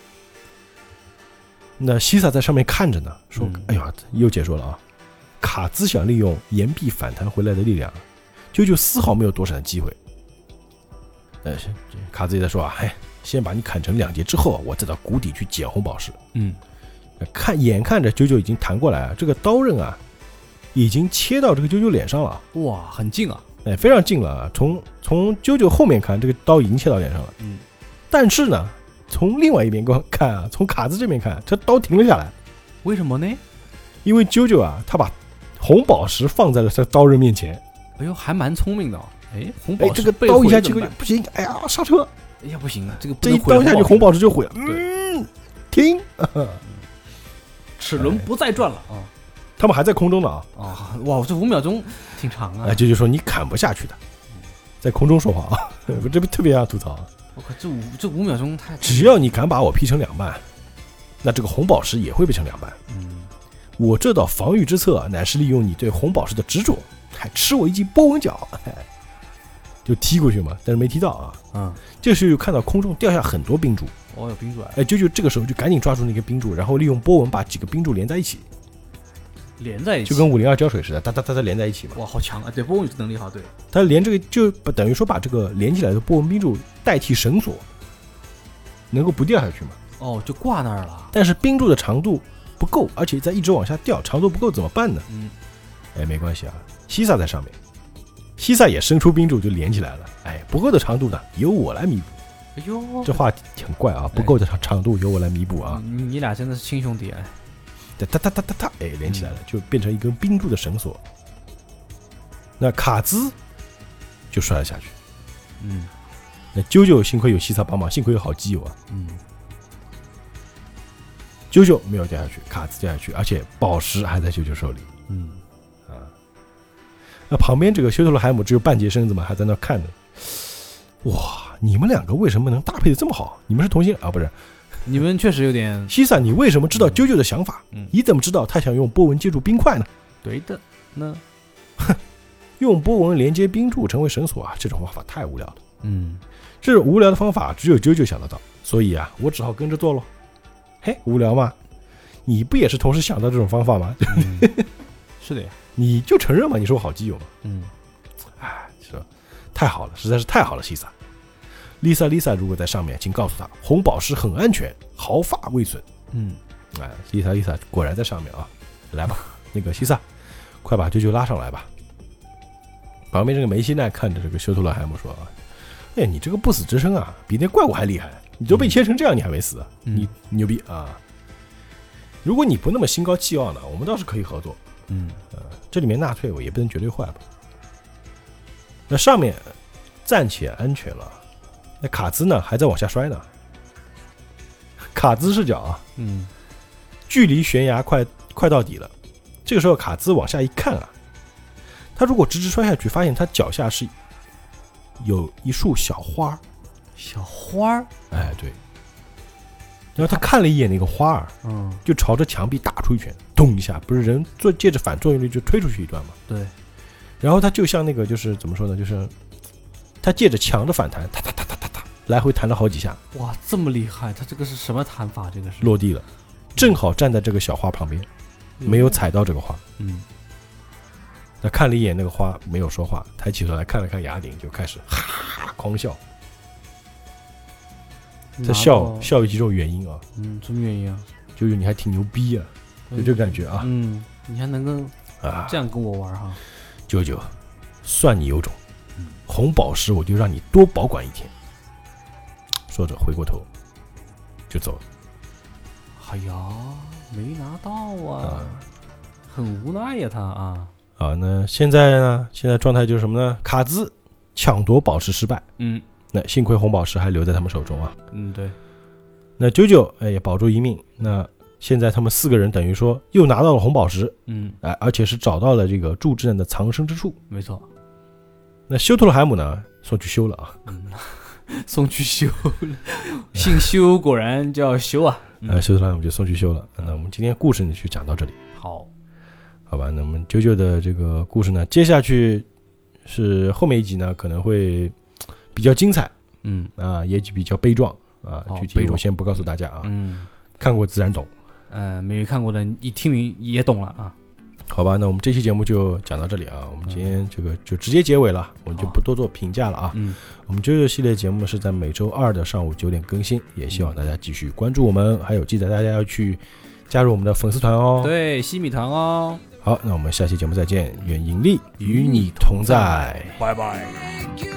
那西萨在上面看着呢，说：“嗯、哎呀，又解说了啊！卡兹想利用岩壁反弹回来的力量，啾啾丝毫没有躲闪的机会。呃，卡兹也在说啊，哎，先把你砍成两截之后，我再到谷底去捡红宝石。 嗯， 看，眼看着啾啾已经弹过来啊，这个刀刃啊。”已经切到这个啾啾脸上了， 哇，很近啊， 哎，非常近了。从从啾啾后面看，这个刀已经切到脸上了。 嗯， 但是呢，从另外一边看啊，从卡兹这边看，这刀停了下来。 为什么呢？ 因为啾啾啊，他把红宝石放在了这刀刃面前。 哎呦，还蛮聪明的。哎，红宝石， 哎，这个刀一下就不行，哎呀，刹车！ 哎呀，不行，这个这一刀下去，红宝石就毁了。嗯，停， 齿轮不再转了啊。 他们还在空中呢啊！ 哦，哇，这五秒钟挺长啊！ 哎，这就说你砍不下去的，在空中说话啊，我这边特别想吐槽。 我靠，这五这五秒钟太…… 只要你敢把我劈成两半，那这个红宝石也会被成两半。 嗯， 我这道防御之策乃是利用你对红宝石的执着，还吃我一记波纹脚，就踢过去嘛，但是没踢到啊。 嗯， 这时候看到空中掉下很多冰柱， 哦，有冰柱啊！ 哎，就就这个时候就赶紧抓住那个冰柱，然后利用波纹把几个冰柱连在一起。 连在一起， 就跟五零二胶水似的，哒哒哒哒连在一起嘛。 哇，好强啊！对，波纹能力好，对。 它连这个就等于说把这个连起来的波纹冰柱代替绳索，能够不掉下去嘛？ 哦，就挂那儿了。 但是冰柱的长度不够，而且在一直往下掉，长度不够怎么办呢？ 嗯， 哎，没关系啊，西萨在上面，西萨也伸出冰柱就连起来了。哎，不够的长度呢，由我来弥补。 哎呦， 这话很怪啊！不够的长长度由我来弥补啊！ 你你俩真的是亲兄弟哎。 哒哒哒哒哒，哎，连起来了，就变成一根冰柱的绳索。那卡兹就摔了下去。 嗯， 那啾啾幸亏有西萨帮忙，幸亏有好基友啊。 嗯， 啾啾没有掉下去，卡兹掉下去，而且宝石还在啾啾手里。 嗯， 啊，那旁边这个修特罗海姆只有半截身子嘛，还在那看着。哇，你们两个为什么能搭配的这么好？你们是同性啊？不是。 你们确实有点。 西萨，你为什么知道啾啾的想法？ 嗯， 你怎么知道他想用波纹接住冰块呢？ 对的，那哼，用波纹连接冰柱成为绳索啊，这种方法太无聊了。 嗯， 这种无聊的方法只有啾啾想得到，所以啊，我只好跟着做咯。嘿，无聊吗？你不也是同时想到这种方法吗？ 嗯、是的呀， 你就承认嘛，你是我好基友嘛。 嗯， 哎，说太好了，实在是太好了，西萨。Lisa Lisa 如果在上面，请告诉他红宝石很安全，毫发未损。 嗯， 哎 ，Lisa Lisa 果然在上面啊！来吧，那个西萨，快把啾啾拉上来吧。旁边这个梅西奈看着这个修图勒海姆说：“哎，你这个不死之身啊，比那怪物还厉害！你都被切成这样，你还没死， 嗯、 你牛逼啊！如果你不那么心高气傲呢，我们倒是可以合作。 嗯， 呃，这里面纳粹我也不能绝对坏吧。那上面暂且安全了。”那卡兹呢，还在往下摔呢。卡兹视角啊， 嗯， 距离悬崖快快到底了。这个时候，卡兹往下一看啊，他如果直直摔下去，发现他脚下是有一束小花， 小花儿， 哎，对。然后他看了一眼那个花儿， 嗯， 就朝着墙壁打出一拳，咚一下，不是人做借着反作用力就推出去一段嘛？ 对。 然后他就像那个，就是怎么说呢，就是他借着墙的反弹，哒哒哒哒哒哒， 来回弹了好几下， 哇，这么厉害！他这个是什么弹法？这个是落地了，正好站在这个小花旁边，没有踩到这个花。 嗯， 他看了一眼那个花，没有说话，抬起头来看了看雅典，就开始哈狂笑。他笑笑有几种原因啊？ 嗯，什么原因啊？ 就是你还挺牛逼啊，就这感觉啊。 嗯，你还能跟啊这样跟我玩哈？ 九九，算你有种，红宝石我就让你多保管一天。说着回过头就走了。 哎呀，没拿到啊， 啊很无奈呀他啊。 啊，那现在呢？现在状态就是什么呢？卡兹抢夺宝石失败。 嗯， 那幸亏红宝石还留在他们手中啊。 嗯，对。 那九九哎也保住一命。那现在他们四个人等于说又拿到了红宝石。 嗯， 哎，而且是找到了这个柱之刃的藏身之处。 没错。 那修特罗海姆呢？送去修了啊。 嗯，送去修了。姓修果然叫修啊。 嗯、呃，修特罗海姆就送去修了。那我们今天故事呢就讲到这里。 好。 好吧，那我们九九的这个故事呢，接下去是后面一集呢，可能会比较精彩， 嗯啊，也比较悲壮啊，具体我先不告诉大家啊， 嗯， 看过自然懂， 呃，没看过的一听名也懂了啊。 好吧，那我们这期节目就讲到这里啊，我们今天这个就直接结尾了，我们就不多做评价了啊。 嗯， 我们九九系列节目是在每周二的上午九点更新，也希望大家继续关注我们，还有记得大家要去加入我们的粉丝团哦， 对，西米团哦。 好，那我们下期节目再见，愿引力与你同在， 拜拜。